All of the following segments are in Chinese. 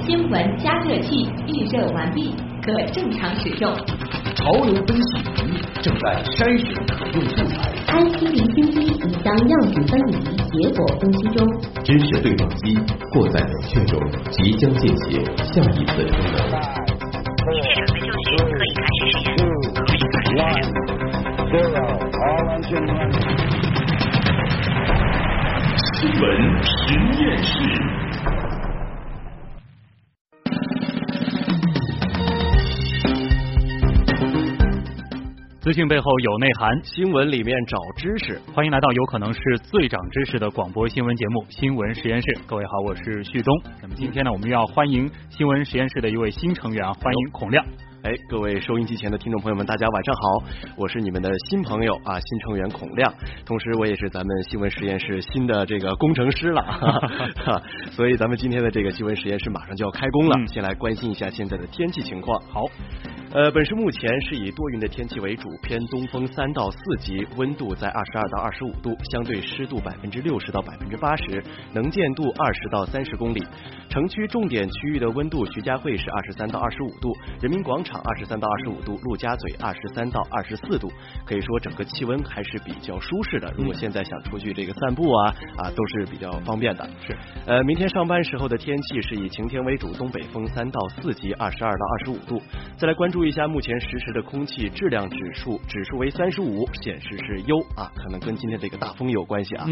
新闻加热器预热完毕，可正常使用。 潮流分析仪正在筛选可用素材。 IC 离心机已将样品分离，结果分析中。 知识对撞机或在冷却中，即将进行下一次充能。 一切准备就绪，可以开始实验。 新闻实验室。 资讯背后有内涵， 新闻里面找知识。 欢迎来到有可能是最长知识的广播新闻节目《新闻实验室》。各位好，我是旭东。那么今天呢，我们要欢迎新闻实验室的一位新成员啊，欢迎孔亮。 各位收音机前的听众朋友们，大家晚上好，我是你们的新朋友啊，新成员孔亮，同时我也是咱们新闻实验室新的这个工程师了，所以咱们今天的这个新闻实验室马上就要开工了，先来关心一下现在的天气情况。 好。 本市目前是以多云的天气为主，偏东风3到4级，温度在22到25度，相对湿度60%到80%，能见度20到30公里。城区重点区域的温度，徐家汇是23到25度，人民广场23到25度，陆家嘴23到24度，可以说整个气温还是比较舒适的。如果现在想出去这个散步啊，都是比较方便的。 是。 明天上班时候的天气是以晴天为主，东北风3到4级，22到25度。再来关注一下目前实时的空气质量指数为35，显示是优啊，可能跟今天这个大风有关系啊。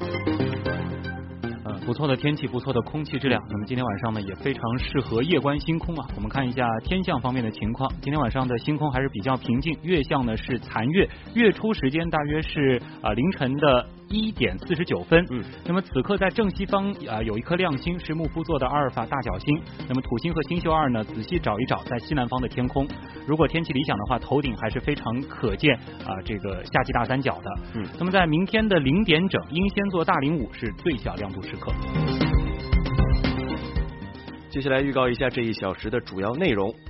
不错的天气，不错的空气质量。那么今天晚上呢，也非常适合夜观星空啊。我们看一下天象方面的情况。今天晚上的星空还是比较平静，月相呢是残月，月出时间大约是凌晨的1点49分。那么此刻在正西方有一颗亮星，是木夫座的阿尔法大角星。那么土星和星宿2呢，仔细找一找，在西南方的天空。如果天气理想的话，头顶还是非常可见这个夏季大三角的。那么在明天的0点整，英仙座大陵5是最小亮度时刻。 接下来预告一下这1小时的主要内容。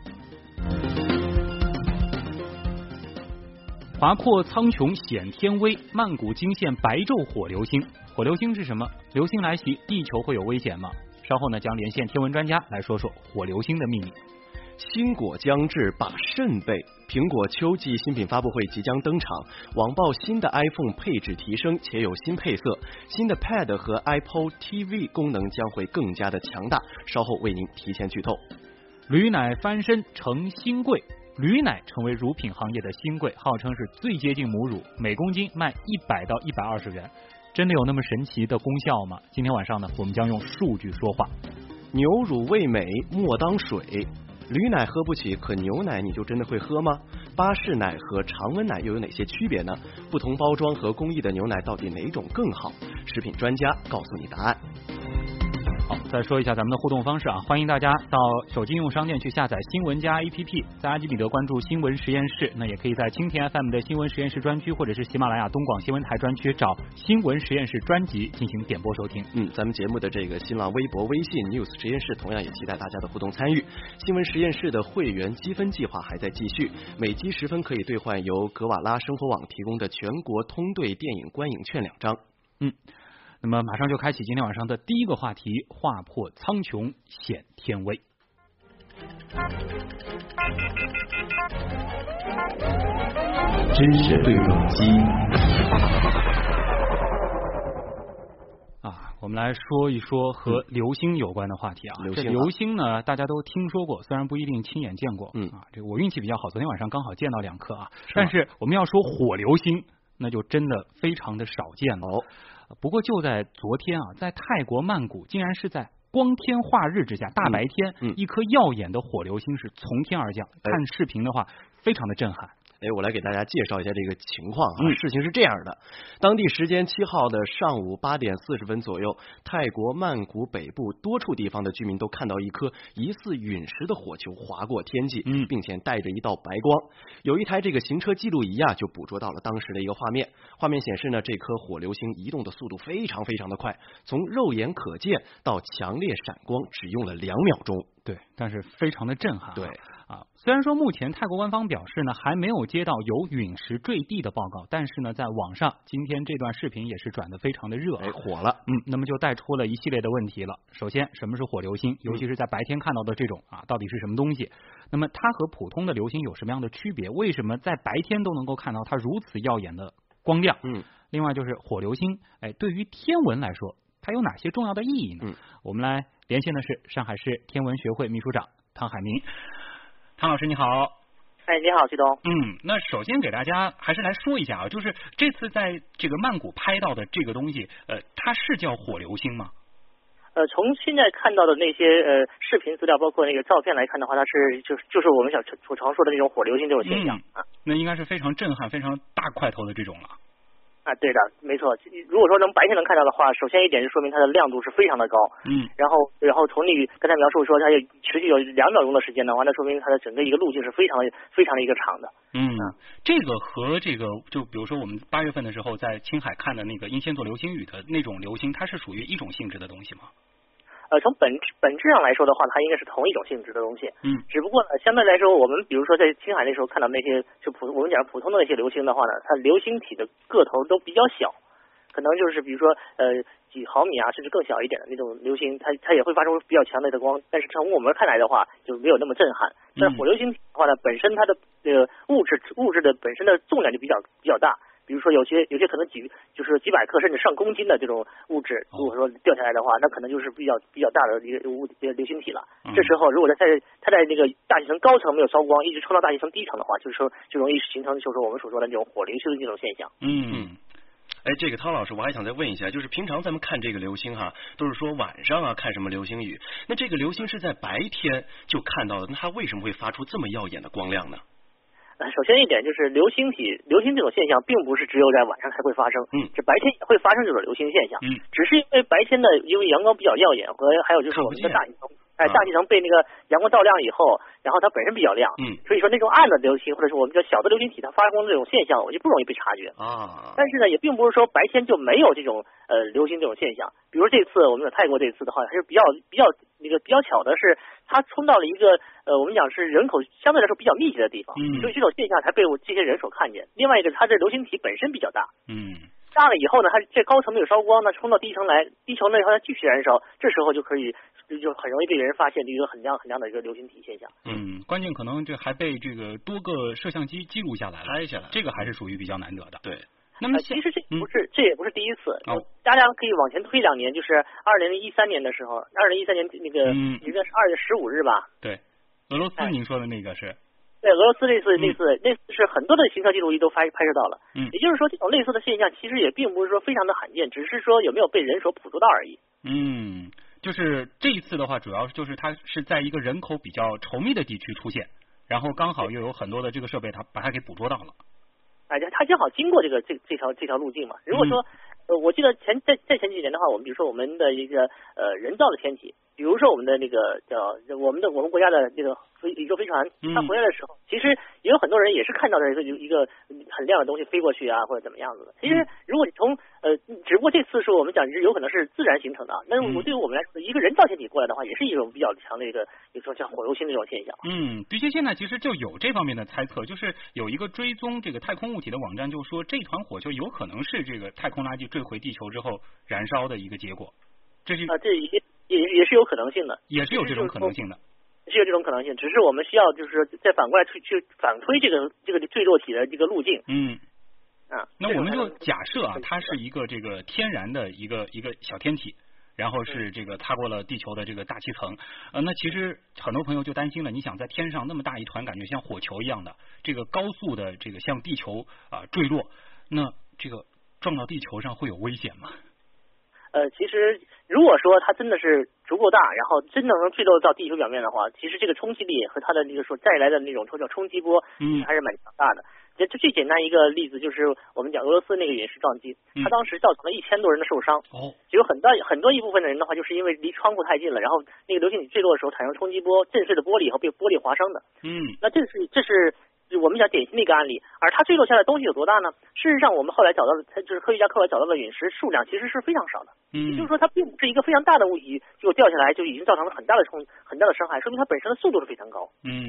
华阔苍穹显天威，曼谷惊现白昼火流星。火流星是什么？流星来袭，地球会有危险吗？稍后呢，将连线天文专家来说说火流星的秘密。 新果将至，把肾备。苹果秋季新品发布会即将登场，网曝新的 iPhone 配置提升，且有新配色，新的 Pad 和 Apple TV 功能将会更加的强大，稍后为您提前剧透。 驴奶翻身成新贵，驴奶成为乳品行业的新贵，号称是最接近母乳，每公斤卖100到120元，真的有那么神奇的功效吗？今天晚上呢，我们将用数据说话。 牛乳味美，莫当水。驴奶喝不起，可牛奶你就真的会喝吗？巴氏奶和常温奶又有哪些区别呢？不同包装和工艺的牛奶到底哪种更好？食品专家告诉你答案。 好，再说一下咱们的互动方式啊，欢迎大家到手机应用商店去下载新闻加 APP， 在阿基米德关注新闻实验室，那也可以在蜻蜓 FM 的新闻实验室专区，或者是喜马拉雅东广新闻台专区找新闻实验室专辑进行点播收听。 咱们节目的这个新浪微博、微信 News 实验室同样也期待大家的互动参与。新闻实验室的会员积分计划还在继续，每积10分可以兑换由格瓦拉生活网提供的全国通兑电影观影券2张。 那么马上就开启今天晚上的第一个话题，划破苍穹显天威。 知识对撞机我们来说一说和流星有关的话题啊。这流星呢，大家都听说过，虽然不一定亲眼见过。这我运气比较好，昨天晚上刚好见到2颗啊。但是我们要说火流星，那就真的非常的少见了。不过就在昨天啊，在泰国曼谷，竟然是在光天化日之下，大白天，一颗耀眼的火流星是从天而降。看视频的话，非常的震撼。 我来给大家介绍一下这个情况啊。事情是这样的，当地时间7号的上午8点40分左右，泰国曼谷北部多处地方的居民都看到一颗疑似陨石的火球划过天际，并且带着一道白光。有一台这个行车记录仪就捕捉到了当时的一个画面。画面显示呢，这颗火流星移动的速度非常非常的快，从肉眼可见到强烈闪光只用了2秒钟。 对，但是非常的震撼。 对， 啊。虽然说目前泰国官方表示呢还没有接到有陨石坠地的报告，但是呢在网上今天这段视频也是转得非常的热， 火了。 那么就带出了一系列的问题了。首先，什么是火流星？尤其是在白天看到的这种到底是什么东西？那么它和普通的流星有什么样的区别？为什么在白天都能够看到它如此耀眼的光亮？另外就是火流星，对于天文来说，它有哪些重要的意义呢？我们来连线的是上海市天文学会秘书长汤海明。汤老师你好。 你好，徐东。 那首先给大家还是来说一下啊，就是这次在这个曼谷拍到的这个东西，它是叫火流星吗？ 从现在看到的那些视频资料，包括那个照片来看的话，它是就是我们所常说的那种火流星这种现象那应该是非常震撼、非常大块头的这种了。 对的，没错。如果说白天能看到的话，首先一点就说明它的亮度是非常的高。然后从你刚才描述说它持续有2秒钟的时间的话，那说明它的整个一个路径是非常的一个长的。 这个和这个就比如说我们8月份的时候在青海看的那个英仙座流星雨的那种流星，它是属于一种性质的东西吗？ 从本质上来说的话，它应该是同一种性质的东西。只不过呢，相对来说，我们比如说在青海那时候看到那些我们讲普通的那些流星的话呢，它流星体的个头都比较小，可能就是比如说几毫米甚至更小一点的那种流星，它也会发出比较强烈的光，但是从我们看来的话就没有那么震撼。但火流星体的话呢，本身它的物质的本身的重量就比较大。比如说有些可能就是几百克甚至上公斤的这种物质，如果说掉下来的话，那可能就是比较大的一个流星体了。这时候如果它在那个大气层高层没有烧光，一直冲到大气层低层的话，就是说就容易形成就是我们所说的那种火流星的这种现象。 这个汤老师，我还想再问一下，就是平常咱们看这个流星都是说晚上看什么流星雨，那这个流星是在白天就看到的，那它为什么会发出这么耀眼的光亮呢？ 首先一点就是流星这种现象并不是只有在晚上才会发生，这白天也会发生这种流星现象，只是因为白天的因为阳光比较耀眼，还有就是我们的大气层，大气层被那个阳光照亮以后，然后它本身比较亮，所以说那种暗的流星或者是我们叫小的流星体，它发光的这种现象，我就不容易被察觉但是呢，也并不是说白天就没有这种流星这种现象。比如这次我们在泰国这次的话，还是比较巧的是，它冲到了一个我们讲是人口相对来说比较密集的地方，所以这种现象才被这些人所看见。另外一个，它的流星体本身比较大，大了以后呢，它这高层没有烧光，那冲到低层来，低层呢以后它继续燃烧，这时候就很容易被人发现一个很亮的一个流星体现象。 关键可能这还被这个多个摄像机记录下来了，拍下来，这个还是属于比较难得的。 对。 那么其实这也不是第一次，大家可以往前推2年，就是2013年的时候，2013年那个应该是2月15日吧？ 对，俄罗斯您说的那个是？ 对，俄罗斯那次是很多的行车记录仪都拍摄到了。也就是说，这种类似的现象其实也并不是说非常的罕见，只是说有没有被人所捕捉到而已。 就是这一次的话，主要就是它是在一个人口比较稠密的地区出现，然后刚好又有很多的这个设备，它把它给捕捉到了。 它正好经过这条路径嘛。如果说我记得在前几年的话，比如说我们的一个人造的天体，比如说我们的那个叫我们国家的这个宇宙飞船，它回来的时候，其实也有很多人也是看到的一个很亮的东西飞过去或者怎么样子的。其实如果你从只不过这次是我们讲有可能是自然形成的，那对于我们来说，一个人造天体过来的话，也是一种比较强的一个说像火流星这种现象。 的确现在其实就有这方面的猜测，就是有一个追踪这个太空物体的网站就说，这团火球有可能是这个太空垃圾坠回地球之后燃烧的一个结果。这是这也是有可能性的， 也是有这种可能性的。 是有这种可能性，只是我们需要就是说再反过来去反推这个坠落体的这个路径。 那我们就假设它是一个这个天然的一个小天体，然后是这个踏过了地球的这个大气层。那其实很多朋友就担心了，你想在天上那么大一团，感觉像火球一样的，这个高速的这个向地球坠落，那这个撞到地球上会有危险吗？ 其实如果说它真的是足够大，然后真的能坠落到地球表面的话，其实这个冲击力和它的那个说带来的那种叫冲击波还是蛮强大的。最简单一个例子就是我们讲俄罗斯那个陨石撞击，它当时造成了1000多人的受伤。有很多一部分的人的话，就是因为离窗户太近了，然后那个流星体坠落的时候产生冲击波，震碎了玻璃以后被玻璃划伤的。那这是我们讲典型的一个案例。而它坠落下来的东西有多大呢？事实上我们后来找到的，就是科学家后来找到的陨石数量其实是非常少的。也就是说它并不是一个非常大的物体，结果掉下来就已经造成了很大的伤害，说明它本身的速度是非常高。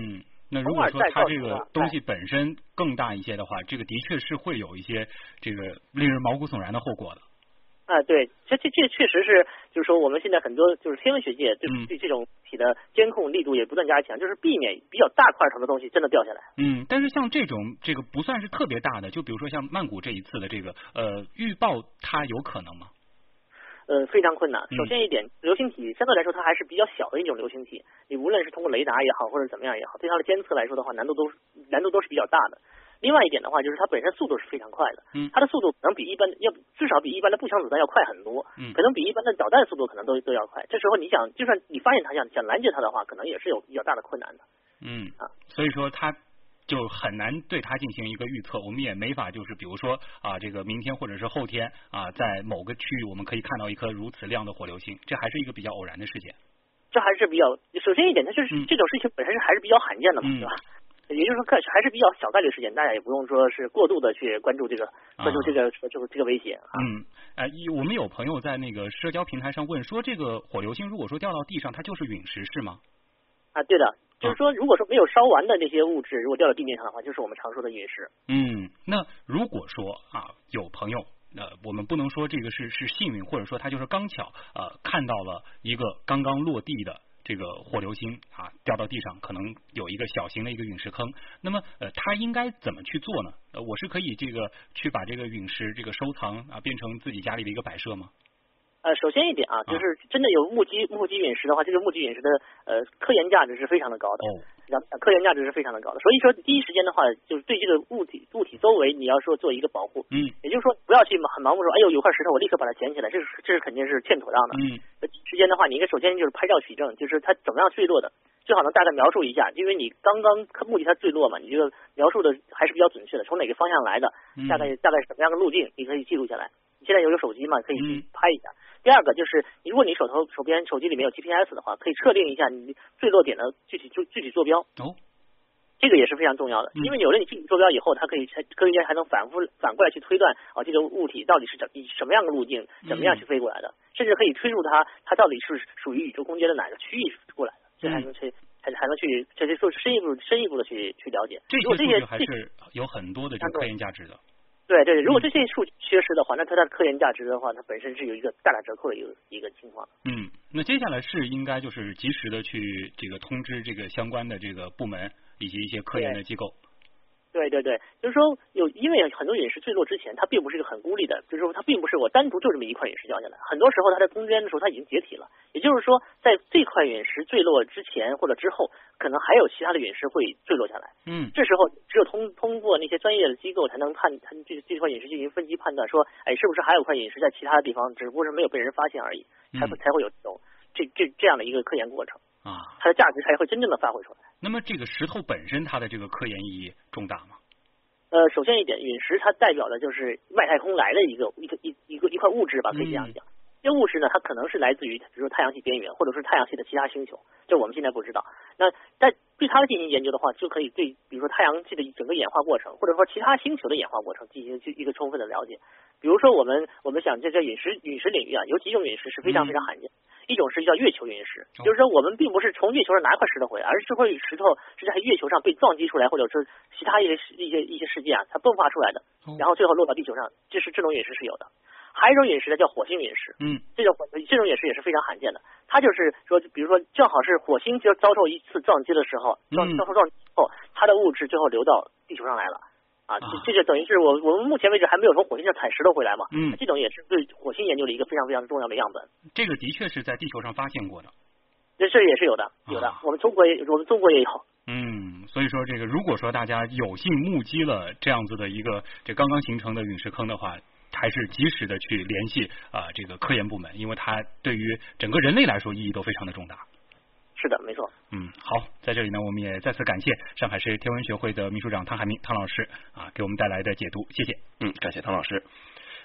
那如果说它这个东西本身更大一些的话，这个的确是会有一些这个令人毛骨悚然的后果的。 对，这确实是，就是说我们现在很多就是天文学界对这种体的监控力度也不断加强，就是避免比较大块头的东西真的掉下来。 但是像这种这个不算是特别大的，就比如说像曼谷这一次的这个预报，它有可能吗？ 非常困难。首先一点，流星体相对来说它还是比较小的一种流星体，你无论是通过雷达也好，或者怎么样也好，对它的监测来说的话，难度都是比较大的。另外一点的话，就是它本身速度是非常快的，它的速度可能至少比一般的步枪子弹要快很多，可能比一般的导弹速度可能都要快。这时候你想，就算你发现它想拦截它的话，可能也是有比较大的困难的。 所以说它就很难对它进行一个预测，我们也没法就是比如说这个明天或者是后天在某个区域我们可以看到一颗如此亮的火流星，这还是一个比较偶然的事件。 这还是比较，首先一点，它就是这种事情本身还是比较罕见的嘛，对吧？也就是说，还是比较小概率事件，大家也不用说是过度的去关注这个威胁我们有朋友在那个社交平台上问说，这个火流星如果说掉到地上，它就是陨石是吗？ 对的，就是说，如果说没有烧完的那些物质，如果掉到地面上的话，就是我们常说的陨石。 那如果说有朋友我们不能说这个是幸运，或者说他就是刚巧看到了一个刚刚落地的这个火流星掉到地上，可能有一个小型的一个陨石坑，那么他应该怎么去做呢？我是可以这个去把这个陨石这个收藏变成自己家里的一个摆设吗？ 首先一点就是真的有目击陨石的话，这个目击陨石的科研价值是非常的高的。科研价值是非常的高的，所以说第一时间的话，就是对这个物体周围你要说做一个保护。也就是说不要去很盲目说，哎呦有块石头我立刻把它捡起来，这是肯定是欠妥当的。第一时间的话，你应该首先就是拍照取证，就是它怎么样坠落的，最好能大概描述一下，因为你刚刚目的它坠落嘛，你这个描述的还是比较准确的，从哪个方向来的，大概是什么样的路径，你可以记录下来。你现在有手机嘛，可以去拍一下。第二个就是，如果你手机里面有 GPS 的话，可以测定一下你坠落点的具体坐标。这个也是非常重要的，因为有了你具体坐标以后，它科学家还能反过来去推断这个物体到底是以什么样的路径怎么样去飞过来的，甚至可以推入它到底是属于宇宙空间的哪个区域过来的，这还能去这些做深一步的去了解。 这些数据还是有很多的这个科研价值的。 对，如果这些数据缺失的话，那它的科研价值的话，它本身是有一个大打折扣的一个情况。 那接下来是应该就是及时的去这个通知这个相关的这个部门以及一些科研的机构。 对，就是说因为很多陨石坠落之前，它并不是一个很孤立的，就是说它并不是我单独就这么一块陨石掉下来，很多时候它在中间的时候它已经解体了，也就是说在这块陨石坠落之前或者之后，可能还有其他的陨石会坠落下来。这时候只有通过那些专业的机构才能看这块陨石进行分析判断，说是不是还有块陨石在其他的地方，只不过是没有被人发现而已，才会有这样的一个科研过程它的价值才会真正的发挥出来。 那么这个石头本身它的这个科研意义重大吗？ 首先一点，陨石它代表的就是外太空来的一块物质吧，可以这样讲。这物质呢，它可能是来自于比如说太阳系边缘，或者是太阳系的其他星球，这我们现在不知道。那在对它进行研究的话，就可以对比如说太阳系的整个演化过程，或者说其他星球的演化过程进行一个充分的了解。比如说我们想这陨石领域有几种陨石是非常非常罕见。一种是叫月球陨石，就是说我们并不是从月球上拿块石头回来，而是这块石头是在月球上被撞击出来，或者是其他一些事件它迸发出来的，然后最后落到地球上，这种陨石是有的。还有一种陨石呢，叫火星陨石，这种陨石也是非常罕见的。它就是说，比如说正好是火星就遭受一次撞击的时候，遭受撞击后，它的物质最后流到地球上来了。这就等于是我们目前为止还没有从火星上采石头回来嘛，这种也是对火星研究的一个非常非常重要的样本。 这个的确是在地球上发现过的， 这也是有的，我们中国也有。 所以说这个如果说大家有幸目击了这样子的一个这刚刚形成的陨石坑的话，还是及时的去联系这个科研部门，因为它对于整个人类来说意义都非常的重大。 是的，没错。 好，在这里呢，我们也再次感谢上海市天文学会的秘书长汤海明汤老师给我们带来的解读，谢谢。 感谢汤老师。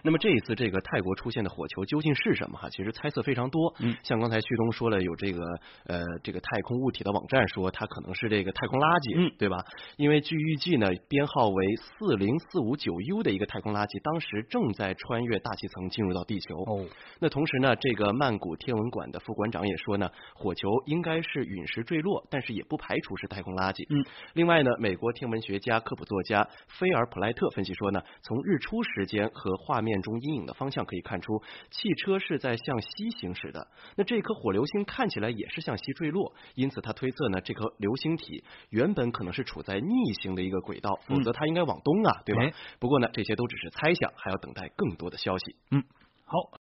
那么这一次这个泰国出现的火球究竟是什么哈？其实猜测非常多。像刚才旭东说了，有这个太空物体的网站说它可能是这个太空垃圾，对吧？因为据预计呢，编号为40459U 的一个太空垃圾，当时正在穿越大气层进入到地球。那同时呢，这个曼谷天文馆的副馆长也说呢，火球应该是陨石坠落，但是也不排除是太空垃圾。另外呢，美国天文学家、科普作家菲尔普莱特分析说呢，从日出时间和画面中阴影的方向可以看出，汽车是在向西行驶的。那这颗火流星看起来也是向西坠落，因此他推测呢，这颗流星体原本可能是处在逆行的一个轨道，否则它应该往东啊，对吧？不过呢，这些都只是猜想，还要等待更多的消息。 好。